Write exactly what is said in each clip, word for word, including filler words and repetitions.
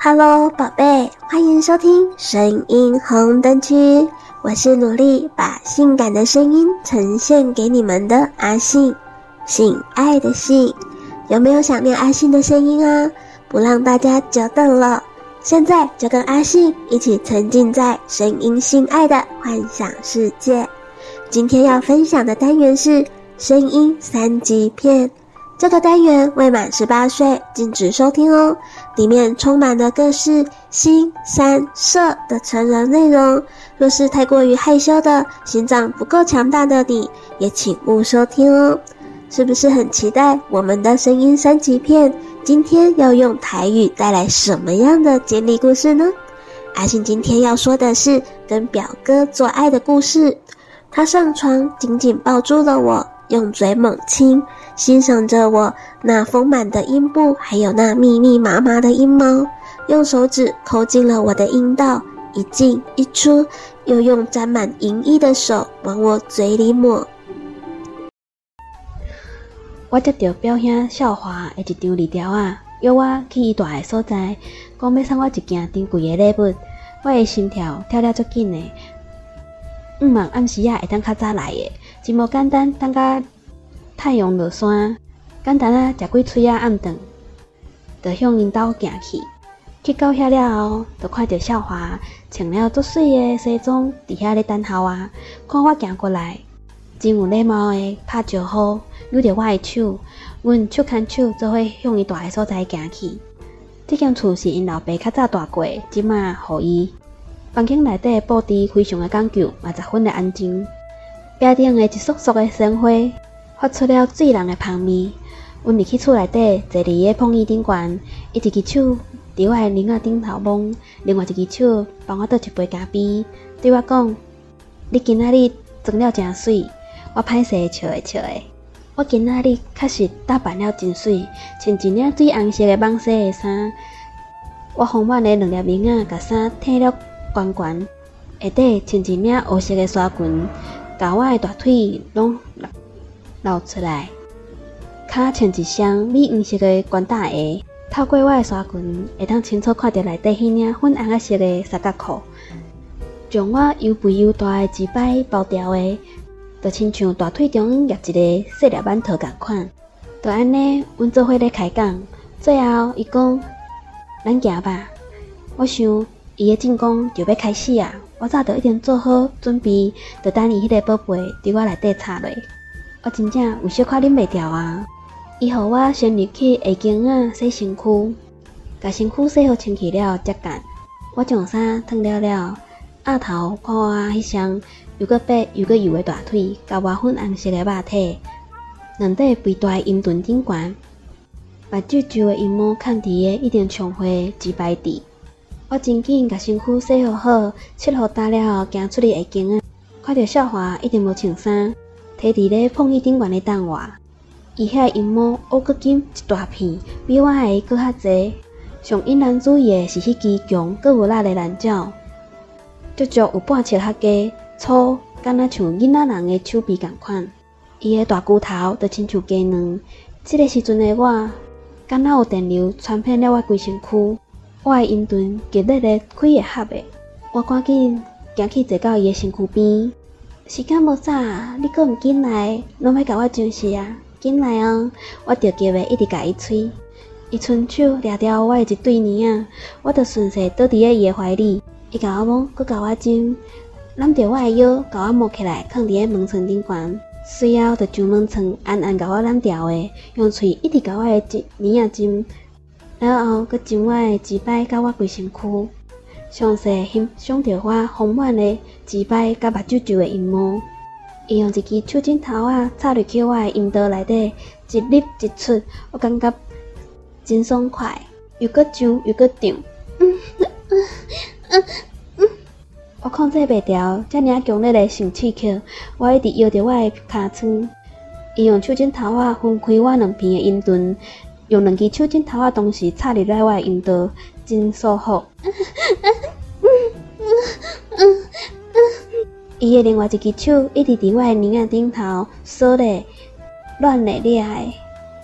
Hello， 宝贝，欢迎收听声音红灯区，我是努力把性感的声音呈现给你们的阿信，性爱的性。有没有想念阿信的声音啊？不让大家久等了，现在就跟阿信一起沉浸在声音性爱的幻想世界。今天要分享的单元是声音三级片，这个单元未满十八岁禁止收听哦，里面充满了各式腥、膻、色的成人内容，若是太过于害羞的、心脏不够强大的你，也请勿收听哦。是不是很期待我们的声音三级片今天要用台语带来什么样的建立故事呢？阿信今天要说的是跟表哥做爱的故事。他上床紧紧抱住了我，用嘴猛亲，欣赏着我那丰满的阴部，还有那密密麻麻的阴毛，用手指抠进了我的阴道，一进一出，又用沾满淫液的手往我嘴里抹。 我接到表兄少华的一张字条啊，约我去伊住的所在，讲要送我一件珍贵的礼物，我的心跳跳了足紧的。毋茫暗时啊会当较早来的，真无简单，等甲太阳落山，简单啊食几喙仔暗顿，就向因兜行去。去到遐了后，就看到少华穿了足水的西装，伫遐咧等候啊。看我行过来，真有礼貌的拍招呼，扭着我的手，阮手牵手做伙向伊住的所在行去。这间厝是因老爸较早住过，即马互伊。房间内底布置非常的讲究，嘛十分的安静。壁顶的一束束的鲜花，发出了醉人的香味。阮入去厝内底，坐伫伊的碰椅顶悬，伊一只手伫我的领仔顶头摸，另外一只手帮我倒一杯咖啡，对我讲：“你今仔日装了真水，我歹势笑的笑的。我今仔日确实打扮了真水，穿一领水红色的网纱的衫。我丰满的两粒明仔，甲衫褪了。”悬悬，下底穿一领黑色的纱裙，把我的大腿拢露出来。脚穿一双米黄色的管大鞋，透过我的纱裙，会当清楚看到内底迄领粉红色的三角裤，将我又肥又大的鸡摆包掉的，就亲像大腿中夹一个细粒馒头共款。就安尼，阮做伙咧开讲，最后伊讲：“咱行吧。”我想。伊的进攻就要开始啊！我早就已经做好准备，就等伊迄个宝贝伫我内底插落。我真正有小可忍袂掉啊！伊互我先入去下间仔洗身躯，甲身躯洗好清气了才干。我将衫脱了了，额头看我迄双又搁白又搁油的大腿，甲我粉红色的肉体，两块肥大的阴臀顶悬，目睭睭的阴毛看伫个一定充血几摆地。我真紧甲身躯洗好好，切好干了后，行出去下间啊，看到少华一定无穿衫，摕伫咧碰椅顶悬咧等我。伊遐阴毛乌搁紧一大片，比我的搁较济。上引人注意的是迄支强搁有力的蓝鸟，足足有半尺较低，粗，敢若像囡仔人的手臂共款。伊的大骨头就亲像鸡卵。这个时阵的我，敢若有电流传遍了我规身躯。我的阴臀激烈的开会合的，我赶紧行去坐到伊的身躯边。时间无早，你搁毋紧来，拢要甲我上时啊！紧来哦！我着急的一直甲伊催。伊伸手抓掉我的一对耳仔，我着顺势倒伫咧伊的怀里。伊甲我摸，搁甲我亲，揽着我的腰，甲我摸起来，放伫咧门床顶悬。随后着将门床暗暗甲我揽掉的，用喙一直甲我的耳仔亲。然后，佮将我的鸡摆甲我规身躯，详细欣赏着我丰满的鸡摆甲目睭睭的阴毛。伊用一支手指头啊插入去我的阴道内底，一入一出，我感觉真爽快，又佮上又佮胀。嗯嗯嗯嗯，我控制袂掉遮尔强烈的性刺激，我一直摇着我的尻川。伊用手指头啊分开我两片的阴臀。用两支手指头啊，同时插入来我的阴道，真舒服。伊的另外一支手一直伫我的耳仔顶头，锁咧，乱咧咧的。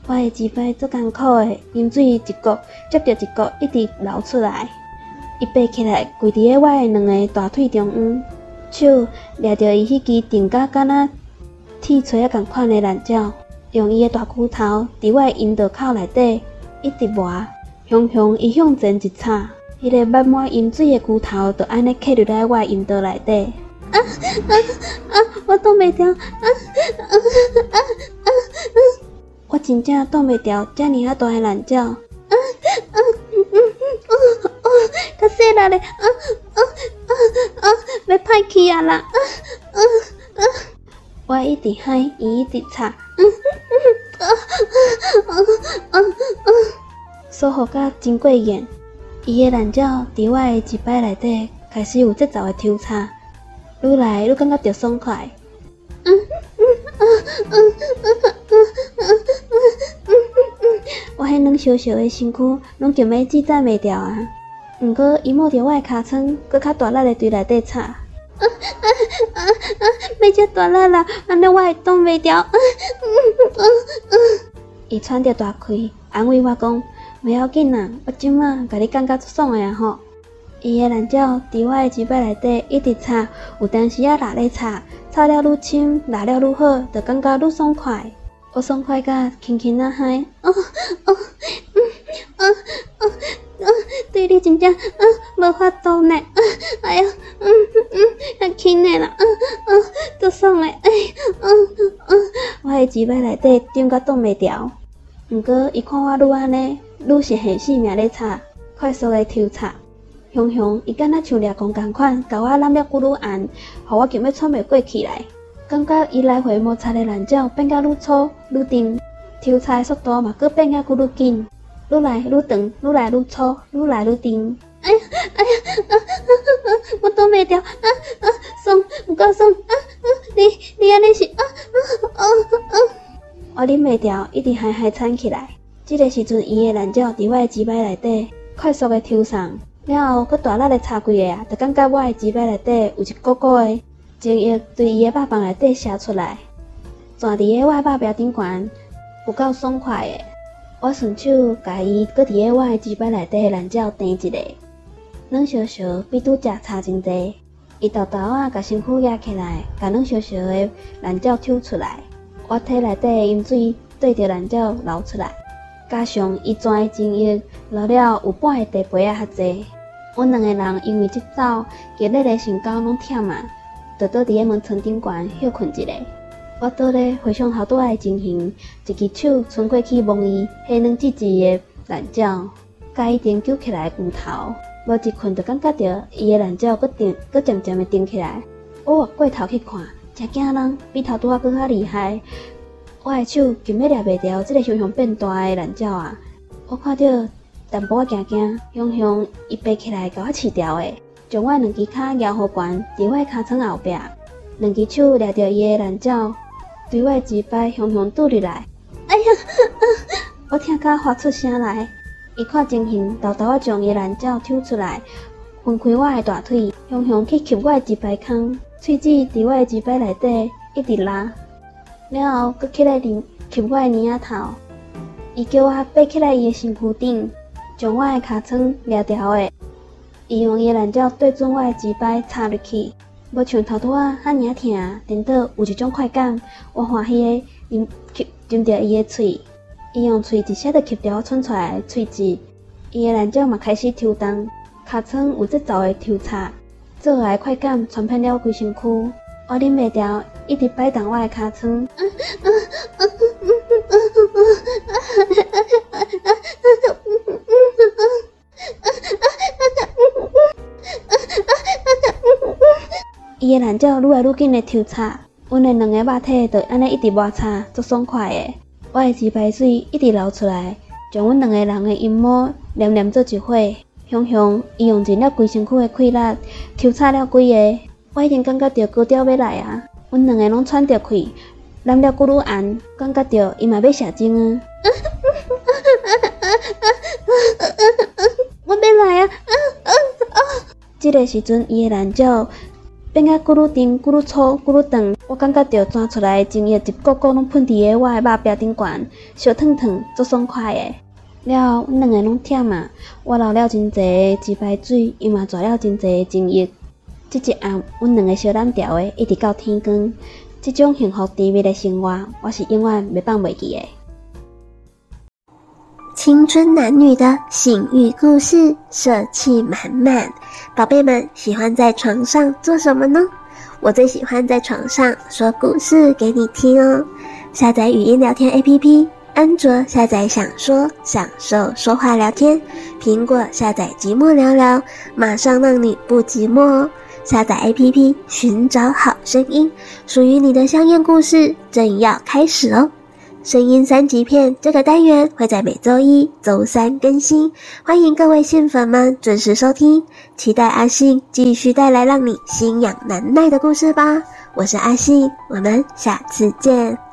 我的舌摆足艰苦的，饮水一股接着一股一直流出来。伊爬起来，跪伫咧我的两个大腿中央，手抓着伊迄支定甲敢若铁锤啊共款的蓝鸟，用伊的大骨头伫我的阴道口内底一直磨，雄雄伊向前一插，迄个满满饮水的骨头就安尼刻入来我的阴道内底。啊啊啊！我挡袂牢！啊啊啊啊啊！我真正挡袂牢遮尔啊大的蓝鸟。啊啊嗯嗯哦哦，较细力咧！啊啊啊啊！要歹去啊啦！啊啊啊！我一直喊，伊一直插。嗯嗯啊啊啊啊！舒服甲真过瘾。伊的蓝鸟伫我的舌摆内底开始有节奏的抽插。愈来愈感觉着爽快，嗯嗯啊嗯嗯嗯嗯嗯嗯，我迄软烧烧的身躯拢根本制止袂掉啊！毋过伊摸着我的尻川，搁较大力的对内底插，啊啊啊啊！要遮大力啦，安尼我会挡袂掉，嗯嗯嗯嗯。伊喘着大气，安慰我讲：袂要紧啦，我即马甲你感觉足爽的啊吼。伊的蓝鸟伫我的舌摆内底一直插，有当时啊力咧插，插了愈深，力了愈好，就感觉愈爽快。我爽快甲轻轻啊喊，哦哦，嗯，啊啊啊，对你真正啊无法度呢，啊，哎呀，嗯嗯，较轻的啦，啊啊，足爽的，哎，啊啊，我的舌摆内底顶甲挡袂牢。毋过伊看我愈安尼，愈是现死命咧插，快速的抽插。雄雄伊敢若像掠狂共款，甲我揽了骨愈暗，互我根本喘袂过气来。感觉伊来回摩擦的蓝鸟变甲愈粗愈长，抽插的速度嘛佫变甲佫愈紧，愈来愈长，愈来愈粗，愈来愈长。哎呀哎呀啊啊啊！我挡袂牢，啊啊爽，有够爽！啊啊！你你安尼是啊啊啊啊！我忍袂牢，一直嗨嗨喘起来。这个时阵，伊的蓝鸟伫我的舌摆内底快速的抽送。了后，佮大力的插几个啊，就感觉我的舌摆内底有一股股的精液对伊的肉棒内底射出来，钻伫个我的肉壁顶悬，有够爽快的。我顺手甲伊佮伫个我的舌摆内底的蓝鸟弹一个，软烧烧比拄则差真济。伊豆豆啊，甲身躯压起来，甲软烧烧的蓝鸟抽出来。我体内底的饮水对着蓝鸟流出来，加上伊钻的精液流了有半个地杯啊较济。阮两个人因为即走，激烈的身躯拢忝啊，就倒伫个门床顶悬休困一下。我倒咧回想后拄仔的情形，一只手伸过去摸伊迄软吱吱的蓝鸟，甲伊顶揪起来骨头，无一困就感觉到伊的蓝鸟搁定，搁渐渐的定起来。我滑过头去看，真惊人，比头拄仔搁较厉害。我的手根本抓袂牢即个熊熊变大的蓝鸟啊！我看到。淡薄仔惊惊，雄雄伊爬起来，甲我饲牢的，将我两只脚摇好悬，伫我尻川后壁，两只手抓着伊的蓝鸟，对我的舌摆雄雄拄入来。哎呀！啊、我听甲发出声来。伊看情形，豆豆仔将伊的蓝鸟抽出来，分开我的大腿，雄雄去吸我的舌摆孔，喙齿伫我的舌摆内底一直拉，然后佮起来吸我的耳仔头。伊叫我爬起来伊的身躯顶。将我的尻川抓牢的，伊用伊的蓝鸟对准我的舌摆插入去，无像头拄仔遐尔疼，颠倒有一种快感。我欢喜的啉吸啉着伊的喙，伊用喙一下就吸掉我窜出来的喙齿，伊的蓝鸟嘛开始抽动，尻川有节奏的抽插，做爱快感传遍了规身躯。我忍袂牢，一直摆动我的尻川。伊的蓝鸟愈来愈紧的抽插，阮的两个肉体就安尼一直摩擦，足爽快的。我的舌摆水一直流出来，将阮两个人的阴毛黏黏做一伙。雄雄伊用尽了规身躯的气力，抽插了几个，我已经感觉到高潮要来啊！阮两个拢喘着气，染了骨愈暗，感觉到伊嘛要射精啊！我要来啊！这个时阵，伊的蓝鸟变甲骨愈长、骨愈粗、骨愈长，我我感觉到钻出来的精液一个个拢喷伫个我的肉壁顶悬，烧烫烫，足爽快的。了，阮两个拢忝啊，我流了真侪自排水，伊嘛抓了真侪精液。即一暗，阮两个小蓝调的，一直到天光。即种幸福甜蜜的生活，我是永远袂放袂记的。 青春男女的性欲故事，色气满满。宝贝们喜欢在床上做什么呢？我最喜欢在床上说故事给你听哦。下载语音聊天 A P P， 安卓下载享说，享受说话聊天，苹果下载寂寞聊聊，马上让你不寂寞哦。下载 A P P， 寻找好声音，属于你的香艳故事正要开始哦。声音三级片这个单元会在每周一、周三更新，欢迎各位性粉们准时收听，期待阿信继续带来让你心痒难耐的故事吧。我是阿信，我们下次见。